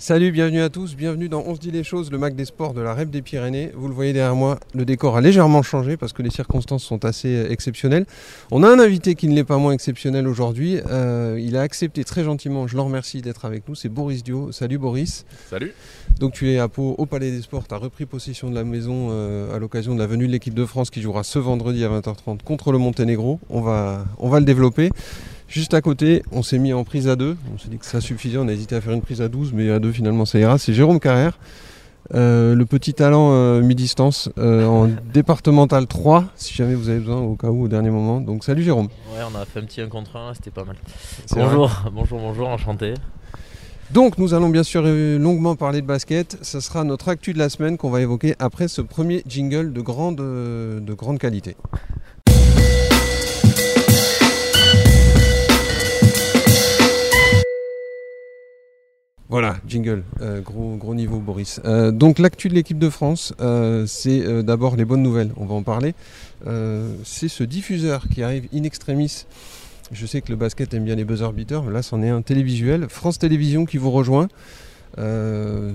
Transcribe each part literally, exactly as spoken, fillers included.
Salut, bienvenue à tous, bienvenue dans On se dit les choses, le Mac des sports de la R E P des Pyrénées. Vous le voyez derrière moi, le décor a légèrement changé parce que les circonstances sont assez exceptionnelles. On a un invité qui ne l'est pas moins exceptionnel aujourd'hui. Euh, il a accepté très gentiment, je le remercie d'être avec nous, c'est Boris Dio. Salut Boris. Salut. Donc tu es à Pau, au Palais des Sports, tu as repris possession de la maison euh, à l'occasion de la venue de l'équipe de France qui jouera ce vendredi à vingt heures trente contre le Monténégro. On va, on va le développer. Juste à côté, on s'est mis en prise à deux. On s'est dit que ça suffisait, on a hésité à faire une prise à douze, mais à deux finalement ça ira. C'est Jérôme Carrère, euh, le petit talent euh, mi-distance euh, en départemental trois, si jamais vous avez besoin au cas où au dernier moment. Donc salut Jérôme. Ouais, on a fait un petit un contre un, c'était pas mal. C'est bonjour, bonjour, bonjour, enchanté. Donc nous allons bien sûr longuement parler de basket. Ce sera notre actu de la semaine qu'on va évoquer après ce premier jingle de grande, de grande qualité. Voilà, jingle, euh, gros, gros niveau Boris. Euh, donc l'actu de l'équipe de France, euh, c'est euh, d'abord les bonnes nouvelles, on va en parler. Euh, c'est ce diffuseur qui arrive in extremis. Je sais que le basket aime bien les buzzer beaters, mais là c'en est un télévisuel. France Télévisions qui vous rejoint. Euh,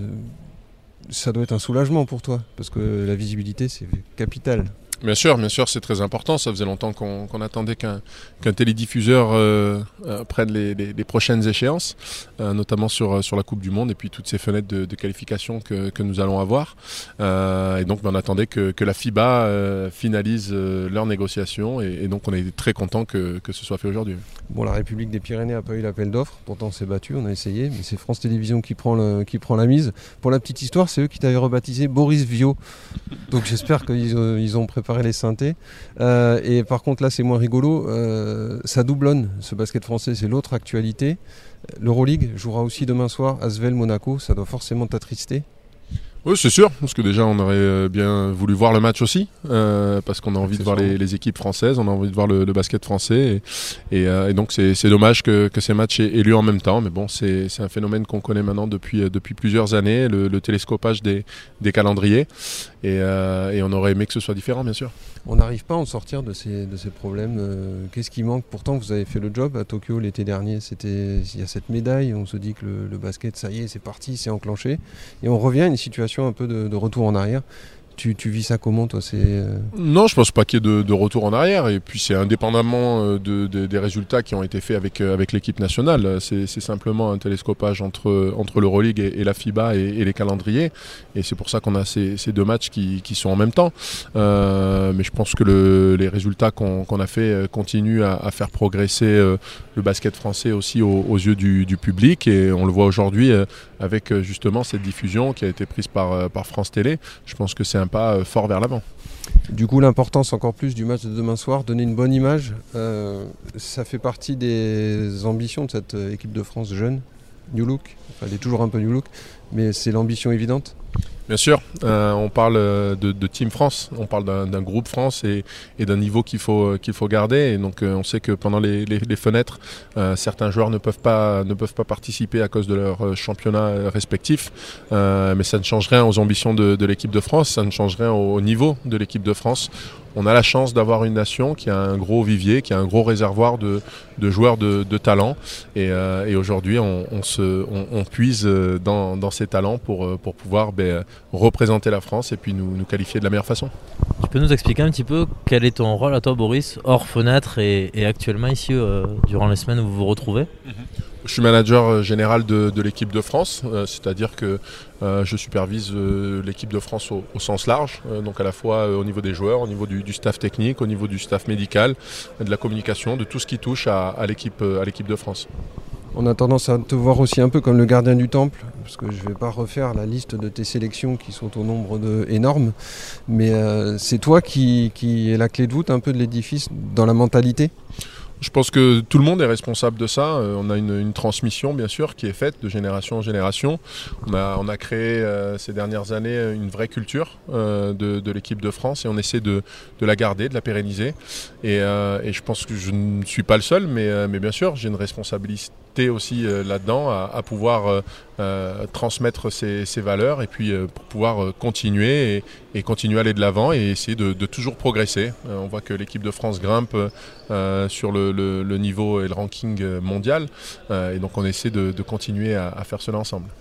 ça doit être un soulagement pour toi, parce que la visibilité c'est capital. Bien sûr, bien sûr, c'est très important. Ça faisait longtemps qu'on, qu'on attendait qu'un, qu'un télédiffuseur euh, euh, prenne les, les, les prochaines échéances, euh, notamment sur, sur la Coupe du Monde et puis toutes ces fenêtres de, de qualification que, que nous allons avoir. Euh, et donc, ben, on attendait que, que la FIBA euh, finalise euh, leurs négociations et, et donc on est très content que, que ce soit fait aujourd'hui. Bon, la République des Pyrénées n'a pas eu l'appel d'offres, pourtant on s'est battu, on a essayé, mais c'est France Télévisions qui prend, le, qui prend la mise. Pour la petite histoire, c'est eux qui t'avaient rebaptisé Boris Vio. Donc j'espère qu'ils ont, ils ont préparé les synthés. Euh, et par contre là c'est moins rigolo, euh, ça doublonne, ce basket français, c'est l'autre actualité. L'Euroleague jouera aussi demain soir Asvel Monaco, ça doit forcément t'attrister. Oui, c'est sûr, parce que déjà on aurait bien voulu voir le match aussi, euh, parce qu'on a envie c'est de voir les, les équipes françaises, on a envie de voir le, le basket français, et, et, euh, et donc c'est, c'est dommage que, que ces matchs aient, aient lieu en même temps, mais bon, c'est, c'est un phénomène qu'on connaît maintenant depuis, depuis plusieurs années, le, le télescopage des, des calendriers, et, euh, et on aurait aimé que ce soit différent, bien sûr. On n'arrive pas à en sortir de ces, de ces problèmes. Euh, qu'est-ce qui manque? Pourtant, vous avez fait le job à Tokyo l'été dernier. C'était, il y a cette médaille. On se dit que le, le basket, ça y est, c'est parti, c'est enclenché. Et on revient à une situation un peu de, de retour en arrière. Tu, tu vis ça comment, toi? C'est euh... Non, je pense pas qu'il y ait de, de retour en arrière. Et puis c'est indépendamment de, de, des résultats qui ont été faits avec, avec l'équipe nationale. C'est, c'est simplement un télescopage entre, entre l'Euroleague et, et la FIBA et, et les calendriers. Et c'est pour ça qu'on a ces, ces deux matchs qui, qui sont en même temps. Euh, mais je pense que le, les résultats qu'on, qu'on a faits continuent à, à faire progresser euh, le basket français aussi aux, aux yeux du, du public. Et on le voit aujourd'hui euh, avec justement cette diffusion qui a été prise par, par France Télé. Je pense que c'est un pas fort vers l'avant. Du coup, l'importance encore plus du match de demain soir, donner une bonne image, euh, ça fait partie des ambitions de cette équipe de France jeune, New Look, enfin, elle est toujours un peu New Look, mais c'est l'ambition évidente. Bien sûr, euh, on parle de, de Team France, on parle d'un, d'un groupe France et, et d'un niveau qu'il faut, qu'il faut garder. Et donc euh, on sait que pendant les, les, les fenêtres, euh, certains joueurs ne peuvent pas, ne peuvent pas participer à cause de leur championnat respectif. Euh, mais ça ne change rien aux ambitions de, de l'équipe de France, ça ne change rien au niveau de l'équipe de France. On a la chance d'avoir une nation qui a un gros vivier, qui a un gros réservoir de, de joueurs de, de talent. Et, euh, et aujourd'hui, on, on, se, on, on puise dans, dans ces talents pour, pour pouvoir ben, représenter la France et puis nous, nous qualifier de la meilleure façon. Tu peux nous expliquer un petit peu quel est ton rôle à toi, Boris, hors fenêtre et, et actuellement ici, euh, durant les semaines où vous vous retrouvez? Je suis manager général de, de l'équipe de France, euh, c'est-à-dire que euh, je supervise euh, l'équipe de France au, au sens large, euh, donc à la fois euh, au niveau des joueurs, au niveau du, du staff technique, au niveau du staff médical, de la communication, de tout ce qui touche à, à, l'équipe, à l'équipe de France. On a tendance à te voir aussi un peu comme le gardien du temple, parce que je ne vais pas refaire la liste de tes sélections qui sont au nombre de énorme, mais euh, c'est toi qui, qui est la clé de voûte un peu de l'édifice dans la mentalité. Je pense que tout le monde est responsable de ça. Euh, on a une, une transmission, bien sûr, qui est faite de génération en génération. On a, on a créé euh, ces dernières années une vraie culture euh, de, de l'équipe de France et on essaie de, de la garder, de la pérenniser. Et, euh, et je pense que je ne suis pas le seul, mais, euh, mais bien sûr, j'ai une responsabilité aussi euh, là-dedans à, à pouvoir euh, euh, transmettre ces, ces valeurs et puis euh, pour pouvoir euh, continuer et, et continuer à aller de l'avant et essayer de, de toujours progresser. Euh, on voit que l'équipe de France grimpe euh, sur le, le, le niveau et le ranking mondial euh, et donc on essaie de, de continuer à, à faire cela ensemble.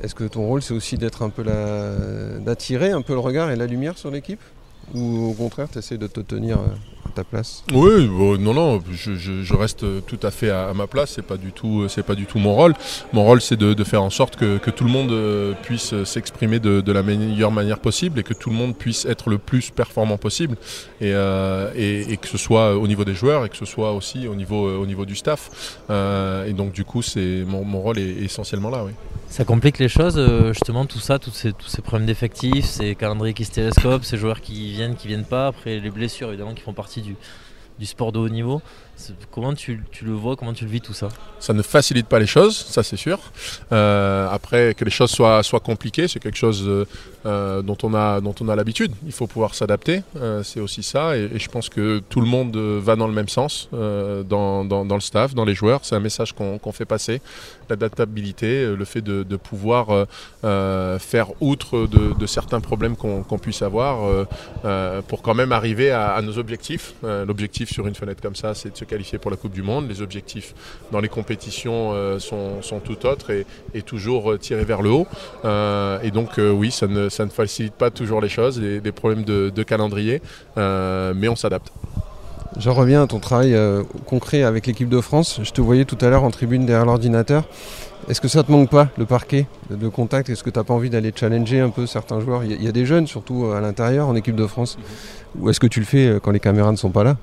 Est-ce que ton rôle c'est aussi d'être un peu la... d'attirer un peu le regard et la lumière sur l'équipe? Ou au contraire tu essaies de te tenir à ta place? Oui, bon, non, non, je, je, je reste tout à fait à, à ma place, c'est pas du tout, c'est pas du tout mon rôle. Mon rôle c'est de, de faire en sorte que, que tout le monde puisse s'exprimer de, de la meilleure manière possible et que tout le monde puisse être le plus performant possible. Et, euh, et, et que ce soit au niveau des joueurs et que ce soit aussi au niveau, au niveau du staff. Euh, et donc du coup, c'est, mon, mon rôle est essentiellement là, oui. Ça complique les choses, euh, justement, tout ça, tous ces, tous ces problèmes d'effectifs, ces calendriers qui se télescopent, ces joueurs qui viennent, qui viennent pas, après les blessures évidemment qui font partie du, du sport de haut niveau. C'est, comment tu, tu le vois, comment tu le vis tout ça? Ça ne facilite pas les choses, ça c'est sûr. Euh, après, que les choses soient, soient compliquées, c'est quelque chose euh, dont on a, dont on a l'habitude. Il faut pouvoir s'adapter, euh, c'est aussi ça. Et, et je pense que tout le monde va dans le même sens, euh, dans, dans, dans le staff, dans les joueurs. C'est un message qu'on, qu'on fait passer. L'adaptabilité, le fait de, de pouvoir euh, faire outre de, de certains problèmes qu'on, qu'on puisse avoir euh, euh, pour quand même arriver à, à nos objectifs. Euh, l'objectif sur une fenêtre comme ça, c'est de se qualifier pour la Coupe du Monde. Les objectifs dans les compétitions euh, sont, sont tout autres et, et toujours tirés vers le haut. Euh, et donc euh, oui, ça ne, ça ne facilite pas toujours les choses, les, les problèmes de, de calendrier, euh, mais on s'adapte. Je reviens à ton travail euh, concret avec l'équipe de France. Je te voyais tout à l'heure en tribune derrière l'ordinateur. Est-ce que ça te manque pas, le parquet de contact? Est-ce que tu n'as pas envie d'aller challenger un peu certains joueurs? Il y, y a des jeunes, surtout à l'intérieur, en équipe de France. Ou est-ce que tu le fais quand les caméras ne sont pas là?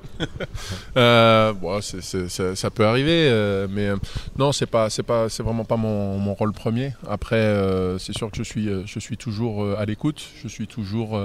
euh, bon, c'est, c'est, c'est, Ça peut arriver, euh, mais euh, non, c'est pas, c'est pas, c'est vraiment pas mon, mon rôle premier. Après, euh, c'est sûr que je suis, je suis toujours à l'écoute, je suis toujours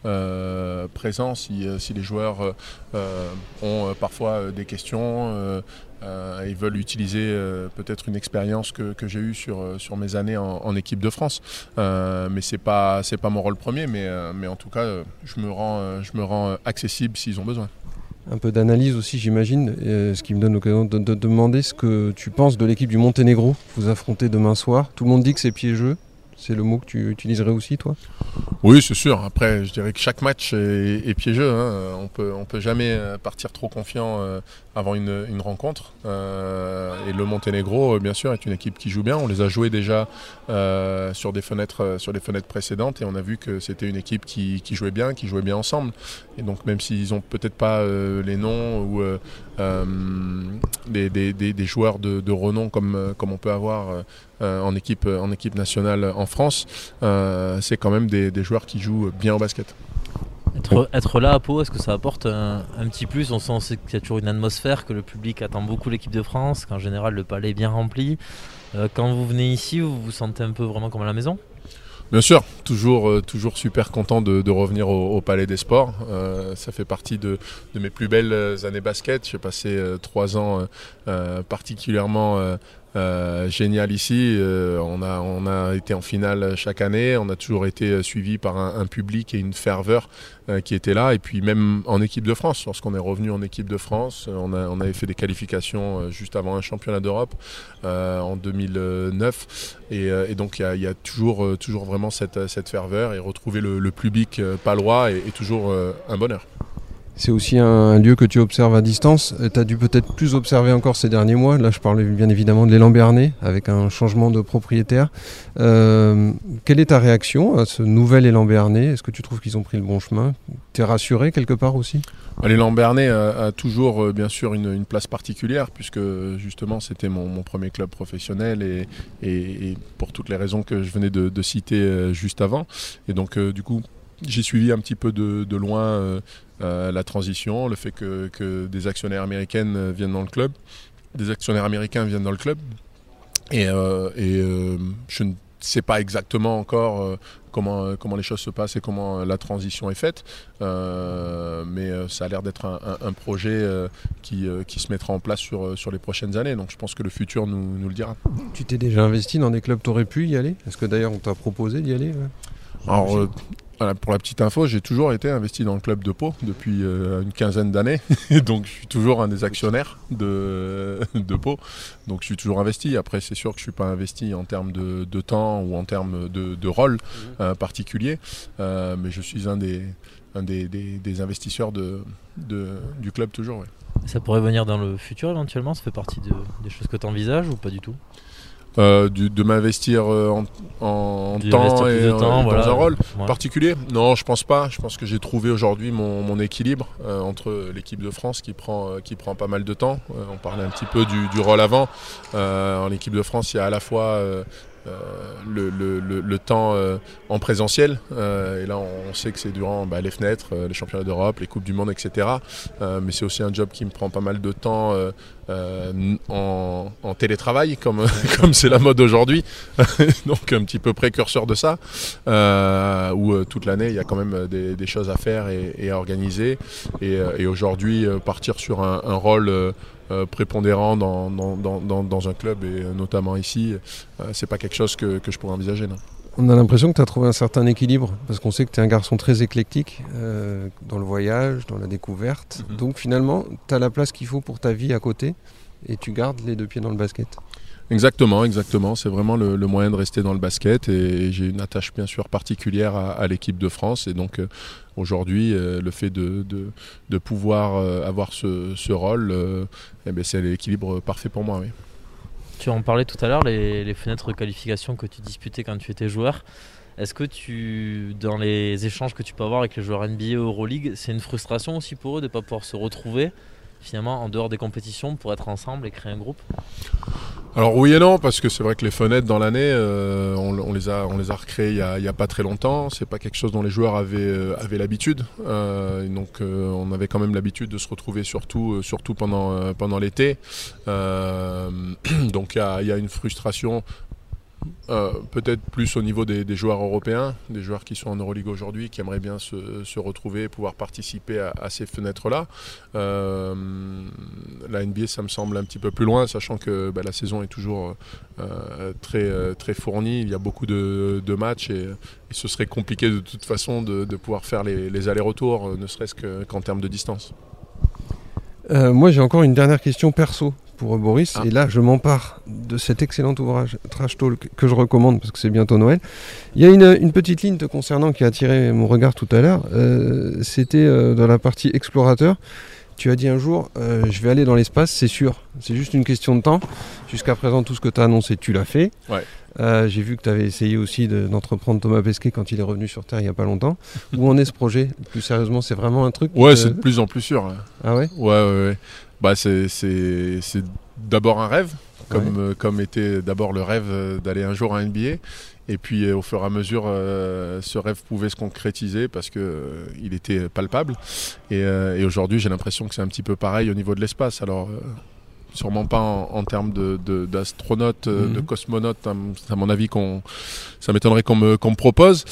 euh, présent si, si les joueurs euh, ont parfois des questions. Euh, Euh, ils veulent utiliser euh, peut-être une expérience que, que j'ai eue sur, sur mes années en, en équipe de France. Euh, mais ce n'est pas, c'est pas mon rôle premier, mais, euh, mais en tout cas, euh, je, me rends, euh, je me rends accessible s'ils ont besoin. Un peu d'analyse aussi, j'imagine, euh, ce qui me donne l'occasion de, de, de demander ce que tu penses de l'équipe du Monténégro. Vous affrontez demain soir. Tout le monde dit que c'est piégeux. C'est le mot que tu utiliserais aussi, toi? Oui, c'est sûr. Après, je dirais que chaque match est, est piégeux. Hein. On peut, on peut jamais partir trop confiant euh, avant une, une rencontre. Euh, et le Monténégro, bien sûr, est une équipe qui joue bien. On les a joués déjà euh, sur des fenêtres, sur des fenêtres précédentes, et on a vu que c'était une équipe qui, qui jouait bien, qui jouait bien ensemble. Et donc, même s'ils ont peut-être pas euh, les noms ou euh, euh, des, des, des, des joueurs de, de renom comme, comme on peut avoir euh, en équipe, en équipe nationale en France, euh, c'est quand même des, des joueurs qui jouent bien au basket. Être, être là à Pau, est-ce que ça apporte un, un petit plus? On sent qu'il y a toujours une atmosphère, que le public attend beaucoup l'équipe de France, qu'en général le palais est bien rempli. Euh, quand vous venez ici, vous vous sentez un peu vraiment comme à la maison? Bien sûr, toujours, euh, toujours super content de, de revenir au, au Palais des Sports. Euh, ça fait partie de, de mes plus belles années basket. J'ai passé euh, trois ans euh, particulièrement euh, euh, génial ici. Euh, on, a, on a été en finale chaque année. On a toujours été suivi par un, un public et une ferveur euh, qui était là. Et puis même en équipe de France, lorsqu'on est revenu en équipe de France, on, a, on avait fait des qualifications juste avant un championnat d'Europe euh, en deux mille neuf. Et, et donc il y a, y a toujours, toujours vraiment cette, cette ferveur, et retrouver le, le public palois est, est toujours euh, un bonheur. C'est aussi un, un lieu que tu observes à distance. Tu as dû peut-être plus observer encore ces derniers mois. Là, je parlais bien évidemment de l'élan Bernay, avec un changement de propriétaire. Euh, quelle est ta réaction à ce nouvel élan Bernay? Est-ce que tu trouves qu'ils ont pris le bon chemin? Tu es rassuré quelque part aussi? L'élan Bernay a, a toujours euh, bien sûr une, une place particulière, puisque justement c'était mon, mon premier club professionnel, et, et, et pour toutes les raisons que je venais de, de citer euh, juste avant. Et donc euh, du coup, j'ai suivi un petit peu de, de loin euh, euh, la transition, le fait que, que des actionnaires américaines viennent dans le club, des actionnaires américains viennent dans le club, et, euh, et euh, je ne sais pas exactement encore euh, comment, comment les choses se passent et comment la transition est faite, euh, mais euh, ça a l'air d'être un, un, un projet euh, qui, euh, qui se mettra en place sur, sur les prochaines années, donc je pense que le futur nous, nous le dira. Tu t'es déjà investi dans des clubs, tu aurais pu y aller? Est-ce que d'ailleurs on t'a proposé d'y aller? Alors, euh, voilà, pour la petite info, j'ai toujours été investi dans le club de Pau depuis euh, une quinzaine d'années. Donc je suis toujours un des actionnaires de, de Pau. Donc je suis toujours investi. Après, c'est sûr que je ne suis pas investi en termes de, de temps ou en termes de, de rôle euh, particulier. Euh, mais je suis un des, un des, des, des investisseurs de, de, du club toujours. Ouais. Ça pourrait venir dans le futur éventuellement? Ça fait partie de, des choses que tu envisages ou pas du tout? Euh, du, de m'investir euh, en, en temps et en, temps, dans voilà. un rôle Ouais. particulier. Non, je pense pas. Je pense que j'ai trouvé aujourd'hui mon, mon équilibre euh, entre l'équipe de France qui prend, euh, qui prend pas mal de temps. Euh, on parlait un petit peu du, du rôle avant. Euh, en équipe de France, il y a à la fois euh, euh, le, le, le, le temps euh, en présentiel. Euh, et là, on sait que c'est durant bah, les fenêtres, euh, les championnats d'Europe, les Coupes du Monde, et cetera. Euh, mais c'est aussi un job qui me prend pas mal de temps euh, euh, en, en télétravail, comme comme c'est la mode aujourd'hui. Donc un petit peu précurseur de ça. Euh, où euh, toute l'année, il y a quand même des, des choses à faire et, et à organiser. Et, euh, et aujourd'hui, euh, partir sur un, un rôle euh, Euh, prépondérant dans, dans, dans, dans un club et euh, notamment ici, euh, c'est pas quelque chose que, que je pourrais envisager. Non. On a l'impression que tu as trouvé un certain équilibre, parce qu'on sait que tu es un garçon très éclectique euh, dans le voyage, dans la découverte. Mm-hmm. Donc finalement, tu as la place qu'il faut pour ta vie à côté et tu gardes les deux pieds dans le basket. Exactement, exactement. C'est vraiment le, le moyen de rester dans le basket et, et j'ai une attache bien sûr particulière à, à l'équipe de France et donc euh, aujourd'hui euh, le fait de, de, de pouvoir euh, avoir ce, ce rôle, euh, eh bien, c'est l'équilibre parfait pour moi. Oui. Tu en parlais tout à l'heure, les, les fenêtres de qualification que tu disputais quand tu étais joueur. Est-ce que tu, dans les échanges que tu peux avoir avec les joueurs N B A ou Euroleague, c'est une frustration aussi pour eux de ne pas pouvoir se retrouver finalement en dehors des compétitions pour être ensemble et créer un groupe? Alors oui et non, parce que c'est vrai que les fenêtres dans l'année, euh, on, on les a, on les a recréées il y a, il y a pas très longtemps. C'est pas quelque chose dont les joueurs avaient, euh, avaient l'habitude. Euh, donc euh, on avait quand même l'habitude de se retrouver surtout, euh, surtout pendant, euh, pendant l'été. Euh, donc il y a, il y a une frustration. Euh, peut-être plus au niveau des, des joueurs européens, des joueurs qui sont en Euroleague aujourd'hui, qui aimeraient bien se, se retrouver et pouvoir participer à, à ces fenêtres-là. Euh, la N B A, ça me semble un petit peu plus loin, sachant que bah, la saison est toujours euh, très, très fournie. Il y a beaucoup de, de matchs et, et ce serait compliqué de toute façon de, de pouvoir faire les, les allers-retours, ne serait-ce que, qu'en termes de distance. Euh, moi, j'ai encore une dernière question perso pour Boris. Ah. Et là, je m'empare de cet excellent ouvrage Trash Talk que je recommande parce que c'est bientôt Noël. Il y a une, une petite ligne te concernant qui a attiré mon regard tout à l'heure. Euh, c'était euh, dans la partie explorateur. Tu as dit un jour, euh, je vais aller dans l'espace, c'est sûr. C'est juste une question de temps. Jusqu'à présent, tout ce que tu as annoncé, tu l'as fait. Ouais. Euh, j'ai vu que tu avais essayé aussi de, d'entreprendre Thomas Pesquet quand il est revenu sur Terre il n'y a pas longtemps. Où en est ce projet? Plus sérieusement, c'est vraiment un truc Ouais, te... c'est de plus en plus sûr. Là. Ah ouais? Ouais, ouais, ouais. Bah, c'est, c'est, c'est d'abord un rêve, comme, Ouais. euh, comme était d'abord le rêve euh, d'aller un jour à N B A. Et puis euh, au fur et à mesure, euh, ce rêve pouvait se concrétiser parce qu'il euh, était palpable. Et, euh, et aujourd'hui, j'ai l'impression que c'est un petit peu pareil au niveau de l'espace. Alors, euh, sûrement pas en, en termes de, de, d'astronautes, euh, Mhm. de cosmonautes, à, à mon avis, qu'on, ça m'étonnerait qu'on me, qu'on me propose.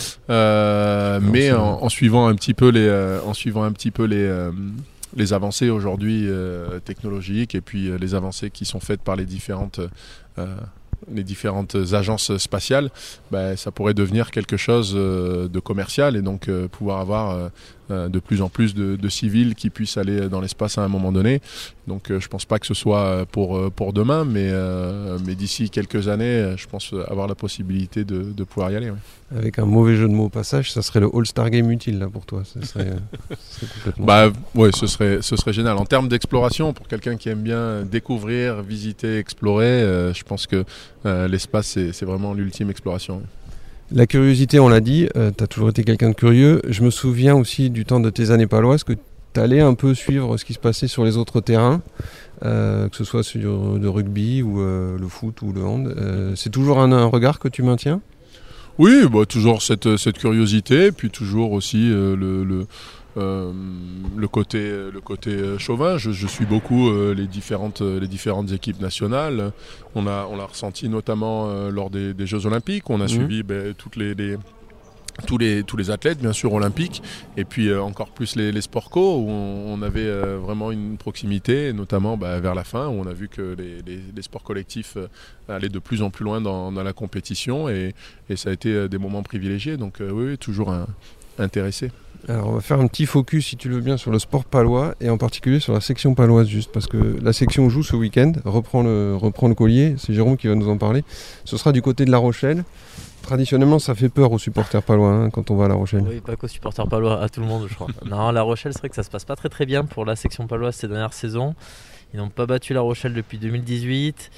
Euh, Non, mais c'est en, vrai. en suivant un petit peu les, euh, en suivant un petit peu les, euh, les avancées aujourd'hui euh, technologiques et puis euh, les avancées qui sont faites par les différentes euh, les différentes agences spatiales, bah, ça pourrait devenir quelque chose euh, de commercial et donc euh, pouvoir avoir euh, euh, de plus en plus de, de civils qui puissent aller dans l'espace à un moment donné. Donc euh, je pense pas que ce soit pour, pour demain, mais, euh, mais d'ici quelques années, je pense avoir la possibilité de, de pouvoir y aller. Ouais. Avec un mauvais jeu de mots au passage, ça serait le All-Star Game utile là pour toi. Ça serait, ce serait complètement... Bah ouais, ce serait, ce serait génial. En termes d'exploration, pour quelqu'un qui aime bien découvrir, visiter, explorer, euh, je pense que euh, l'espace, c'est, c'est vraiment l'ultime exploration. La curiosité, on l'a dit, euh, tu as toujours été quelqu'un de curieux. Je me souviens aussi du temps de tes années paloises que tu allais un peu suivre ce qui se passait sur les autres terrains, euh, que ce soit sur le rugby ou euh, le foot ou le hand. Euh, c'est toujours un, un regard que tu maintiens ? Oui, bah, toujours cette, cette curiosité, puis toujours aussi euh, le, le, euh, le côté, le côté chauvin. Je, je suis beaucoup euh, les, différentes, les différentes équipes nationales. On l'a on l'a ressenti notamment euh, lors des, des Jeux Olympiques. On a mmh. suivi bah, toutes les, les, tous, les, tous les athlètes, bien sûr, olympiques, et puis euh, encore plus les, les sport co, où on, on avait euh, vraiment une proximité, notamment bah, vers la fin, où on a vu que les, les, les sports collectifs euh, allaient de plus en plus loin dans, dans la compétition, et, et ça a été euh, des moments privilégiés. Donc euh, oui, toujours un, intéressé. Alors on va faire un petit focus, si tu le veux bien, sur le sport palois, et en particulier sur la section paloise, juste parce que la section joue ce week-end, reprend le, reprend le collier, c'est Jérôme qui va nous en parler. Ce sera du côté de La Rochelle. Traditionnellement, ça fait peur aux supporters palois hein, quand on va à La Rochelle. Oui, pas qu'aux supporters palois, à tout le monde, je crois. Non, La Rochelle, c'est vrai que ça se passe pas très très bien pour la section paloise ces dernières saisons. Ils n'ont pas battu La Rochelle depuis deux mille dix-huit.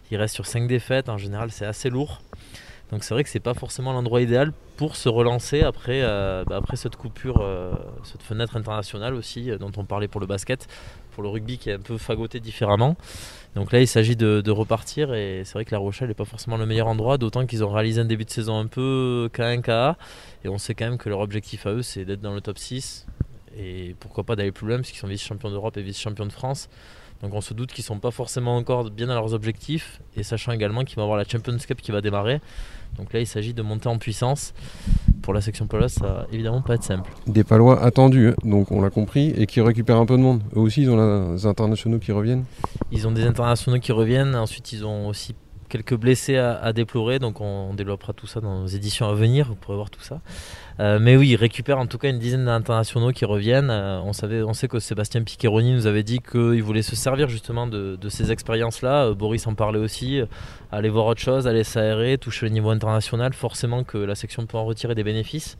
il reste sur cinq défaites, en général c'est assez lourd. Donc c'est vrai que c'est pas forcément l'endroit idéal pour se relancer après, euh, bah après cette coupure, euh, cette fenêtre internationale aussi euh, dont on parlait pour le basket, pour le rugby qui est un peu fagoté différemment. Donc là il s'agit de, de repartir et c'est vrai que La Rochelle n'est pas forcément le meilleur endroit, d'autant qu'ils ont réalisé un début de saison un peu K un K A et on sait quand même que leur objectif à eux c'est d'être dans le top six et pourquoi pas d'aller plus loin puisqu'ils sont vice-champions d'Europe et vice-champions de France. Donc on se doute qu'ils ne sont pas forcément encore bien dans leurs objectifs et sachant également qu'ils vont avoir la Champions Cup qui va démarrer. Donc là il s'agit de monter en puissance. Pour la section paloise ça va évidemment pas être simple. Des Palois attendus, hein, donc on l'a compris, et qui récupèrent un peu de monde. Eux aussi ils ont les internationaux qui reviennent. Ils ont des internationaux qui reviennent, ensuite ils ont aussi quelques blessés à, à déplorer, donc on, on développera tout ça dans nos éditions à venir, vous pourrez voir tout ça. Euh, mais oui, ils récupèrent en tout cas une dizaine d'internationaux qui reviennent. Euh, on, savait, on sait que Sébastien Piccheroni nous avait dit qu'il voulait se servir justement de, de ces expériences-là. Euh, Boris en parlait aussi. Euh, aller voir autre chose, aller s'aérer, toucher le niveau international. Forcément que la section peut en retirer des bénéfices.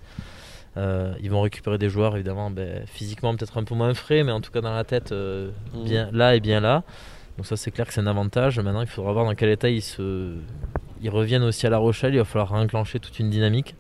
Euh, ils vont récupérer des joueurs évidemment ben, physiquement peut-être un peu moins frais, mais en tout cas dans la tête, euh, mmh. bien là et bien là. Donc ça c'est clair que c'est un avantage. Maintenant il faudra voir dans quel état ils, se... ils reviennent aussi à La Rochelle. Il va falloir réenclencher toute une dynamique.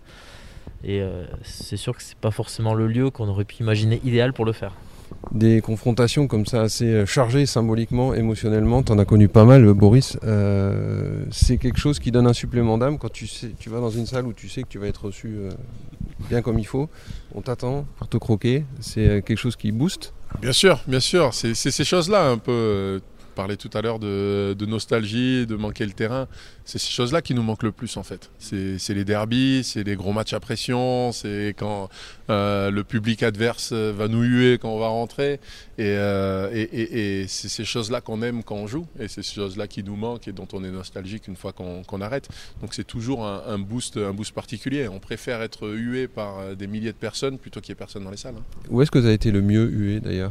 Et euh, c'est sûr que c'est pas forcément le lieu qu'on aurait pu imaginer idéal pour le faire. Des confrontations comme ça assez chargées symboliquement, émotionnellement, t'en as connu pas mal Boris. Euh, c'est quelque chose qui donne un supplément d'âme quand tu, sais, tu vas dans une salle où tu sais que tu vas être reçu euh, bien comme il faut. On t'attend pour te croquer, c'est quelque chose qui booste. Bien sûr, bien sûr, c'est, c'est ces choses-là un peu... Euh... parlais tout à l'heure de, de nostalgie, de manquer le terrain. C'est ces choses-là qui nous manquent le plus en fait. C'est, c'est les derbies, c'est les gros matchs à pression, c'est quand euh, le public adverse va nous huer quand on va rentrer. Et, euh, et, et, et c'est ces choses-là qu'on aime quand on joue. Et c'est ces choses-là qui nous manquent et dont on est nostalgique une fois qu'on, qu'on arrête. Donc c'est toujours un, un, boost, un boost particulier. On préfère être hué par des milliers de personnes plutôt qu'il n'y ait personne dans les salles. Hein. Où est-ce que tu as été le mieux hué d'ailleurs?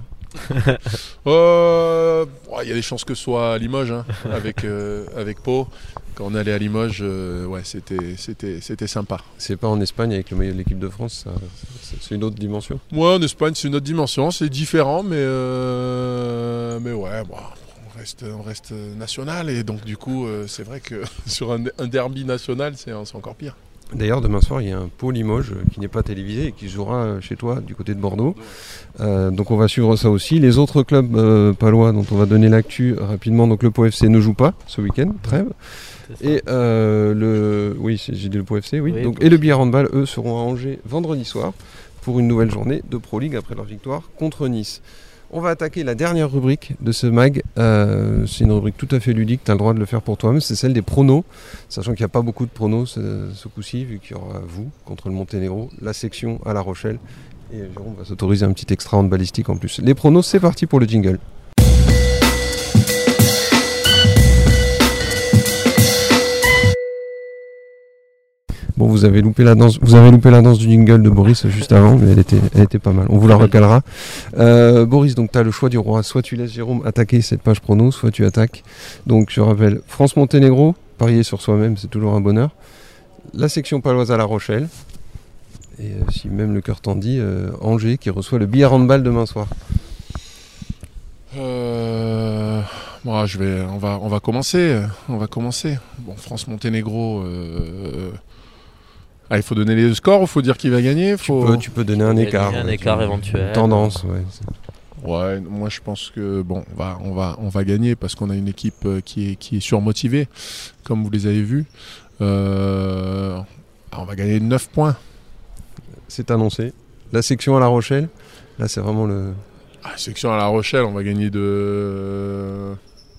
euh, ouais, y a des chances que ce soit à Limoges hein, avec, euh, avec Pau. Quand on allait à Limoges, euh, ouais, c'était, c'était, c'était sympa. C'est pas en Espagne avec le maillot de l'équipe de France, ça, c'est une autre dimension? Ouais, en Espagne c'est une autre dimension, c'est différent, mais, euh, mais ouais, bon, on, reste, on reste national et donc du coup euh, c'est vrai que sur un, un derby national c'est, c'est encore pire. D'ailleurs, demain soir, il y a un Pau Limoges qui n'est pas télévisé et qui jouera chez toi du côté de Bordeaux. Euh, donc on va suivre ça aussi. Les autres clubs euh, palois dont on va donner l'actu rapidement, donc le Pau F C ne joue pas ce week-end, trêve. Et euh, le, oui, j'ai dit le Pau F C, oui. oui donc, et le Billard Handball, eux, seront à Angers vendredi soir pour une nouvelle journée de Pro League après leur victoire contre Nice. On va attaquer la dernière rubrique de ce mag. Euh, c'est une rubrique tout à fait ludique, tu as le droit de le faire pour toi-même. C'est celle des pronos, sachant qu'il n'y a pas beaucoup de pronos ce, ce coup-ci, vu qu'il y aura vous contre le Monténégro, la section à La Rochelle. Et Jérôme va s'autoriser un petit extra en balistique en plus. Les pronos, c'est parti pour le jingle. Bon, vous avez loupé la danse, vous avez loupé la danse du jingle de Boris juste avant, mais elle était, elle était pas mal. On vous la recalera. Euh, Boris, donc tu as le choix du roi. Soit tu laisses Jérôme attaquer cette page prono, soit tu attaques. Donc je rappelle, France-Monténégro, parier sur soi-même, c'est toujours un bonheur. La section paloise à La Rochelle. Et euh, si même le cœur t'en dit, euh, Angers qui reçoit le Billard Handball demain soir. Euh... Bon, je vais, on va, on va commencer. On va commencer. Bon, France-Monténégro. Euh... Ah, il faut donner les scores ou il faut dire qui va gagner? faut... tu, peux, tu peux donner un écart. Un ouais, écart tu... éventuel. Une tendance, ouais. Ouais, moi je pense que bon, on va, on va, on va gagner parce qu'on a une équipe qui est, qui est surmotivée, comme vous les avez vus. Euh... On va gagner neuf points. C'est annoncé. La section à La Rochelle, là c'est vraiment le... Ah, section à La Rochelle, on va gagner de...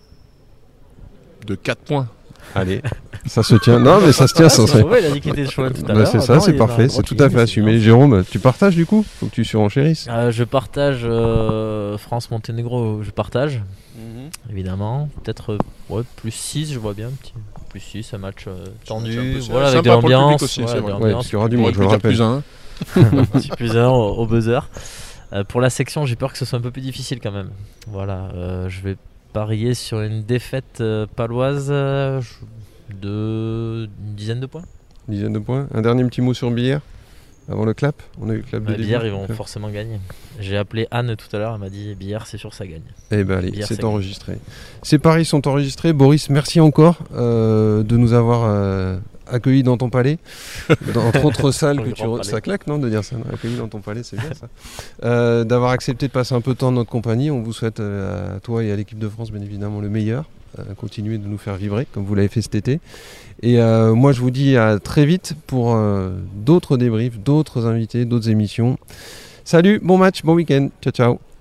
de quatre points. Allez, ça se tient. Non, mais ça se tient. Ça, c'est vrai, il a dit qu'il était chaud tout à bah, l'heure. C'est ça, non, c'est parfait. C'est tout à fait assumé. Jérôme, tu partages du coup? Faut que tu surenchérisses. Euh, je partage euh, France-Monténégro, je partage. Mm-hmm. Évidemment. Peut-être euh, ouais, plus six, je vois bien. Petit... Plus six, un match euh, tendu. Voilà, avec de l'ambiance. Aussi, ouais, ouais, ouais, parce qu'il y aura du monde, je le rappelle. Plus un. Petit plus un au, au buzzer. Euh, pour la section, j'ai peur que ce soit un peu plus difficile quand même. Voilà, euh, je vais parier sur une défaite euh, paloise euh, de une dizaine de points. Une dizaine de points. Un dernier petit mot sur Billard. Avant le clap, on a eu le clap de Bah, début. Billard, ils vont forcément gagner. J'ai appelé Anne tout à l'heure, elle m'a dit Billard, c'est sûr, ça gagne. Eh ben allez, Billard, c'est c'est enregistré. Ces paris sont enregistrés. Boris, merci encore euh, de nous avoir euh, accueillis dans ton palais. Dans, entre autres salles que Le tu grand re... palais. Ça claque, non, de dire ça, non, accueillis dans ton palais, c'est bien ça. Euh, d'avoir accepté de passer un peu de temps en notre compagnie. On vous souhaite euh, à toi et à l'équipe de France, bien évidemment, le meilleur. Euh, continuez de nous faire vibrer, comme vous l'avez fait cet été. Et euh, moi, je vous dis à très vite pour euh, d'autres débriefs, d'autres invités, d'autres émissions. Salut, bon match, bon week-end. Ciao, ciao.